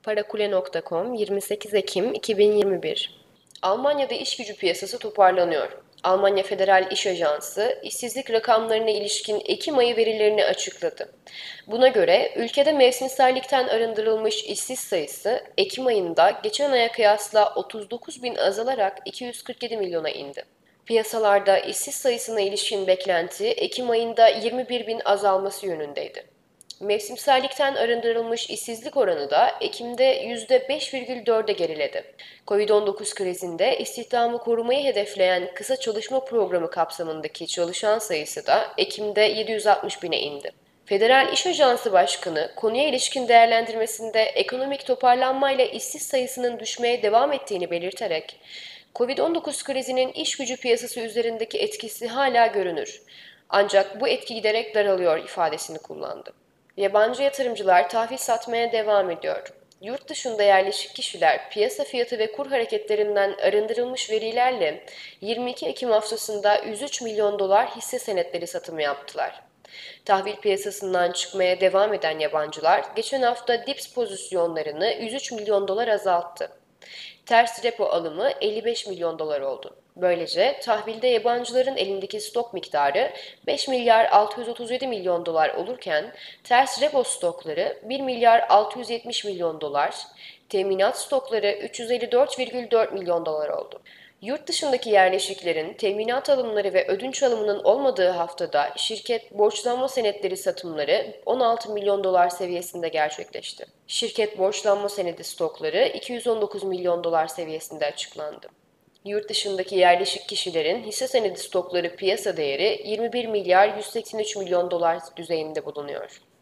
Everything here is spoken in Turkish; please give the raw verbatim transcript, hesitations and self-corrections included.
Parakule nokta com yirmi sekiz Ekim iki bin yirmi bir. Almanya'da iş gücü piyasası toparlanıyor. Almanya Federal İş Ajansı, işsizlik rakamlarına ilişkin Ekim ayı verilerini açıkladı. Buna göre ülkede mevsimsellikten arındırılmış işsiz sayısı Ekim ayında geçen aya kıyasla otuz dokuz bin azalarak iki yüz kırk yedi milyona indi. Piyasalarda işsiz sayısına ilişkin beklenti Ekim ayında yirmi bir bin azalması yönündeydi. Mevsimsellikten arındırılmış işsizlik oranı da Ekim'de yüzde beş virgül dörde geriledi. Covid on dokuz krizinde istihdamı korumayı hedefleyen kısa çalışma programı kapsamındaki çalışan sayısı da Ekim'de yedi yüz altmış bine indi. Federal İş Ajansı Başkanı konuya ilişkin değerlendirmesinde ekonomik toparlanmayla işsiz sayısının düşmeye devam ettiğini belirterek, Covid on dokuz krizinin iş gücü piyasası üzerindeki etkisi hala görünür. Ancak bu etki giderek daralıyor ifadesini kullandı. Yabancı yatırımcılar tahvil satmaya devam ediyor. Yurt dışında yerleşik kişiler piyasa fiyatı ve kur hareketlerinden arındırılmış verilerle yirmi iki Ekim haftasında yüz üç milyon dolar hisse senetleri satımı yaptılar. Tahvil piyasasından çıkmaya devam eden yabancılar geçen hafta dips pozisyonlarını yüz üç milyon dolar azalttı. Ters repo alımı elli beş milyon dolar oldu. Böylece tahvilde yabancıların elindeki stok miktarı beş milyar altı yüz otuz yedi milyon dolar olurken ters repo stokları bir milyar altı yüz yetmiş milyon dolar, teminat stokları üç yüz elli dört virgül dört milyon dolar oldu. Yurt dışındaki yerleşiklerin teminat alımları ve ödünç alımının olmadığı haftada şirket borçlanma senetleri satımları on altı milyon dolar seviyesinde gerçekleşti. Şirket borçlanma senedi stokları iki yüz on dokuz milyon dolar seviyesinde açıklandı. Yurt dışındaki yerleşik kişilerin hisse senedi stokları piyasa değeri yirmi bir milyar yüz seksen üç milyon dolar düzeyinde bulunuyor.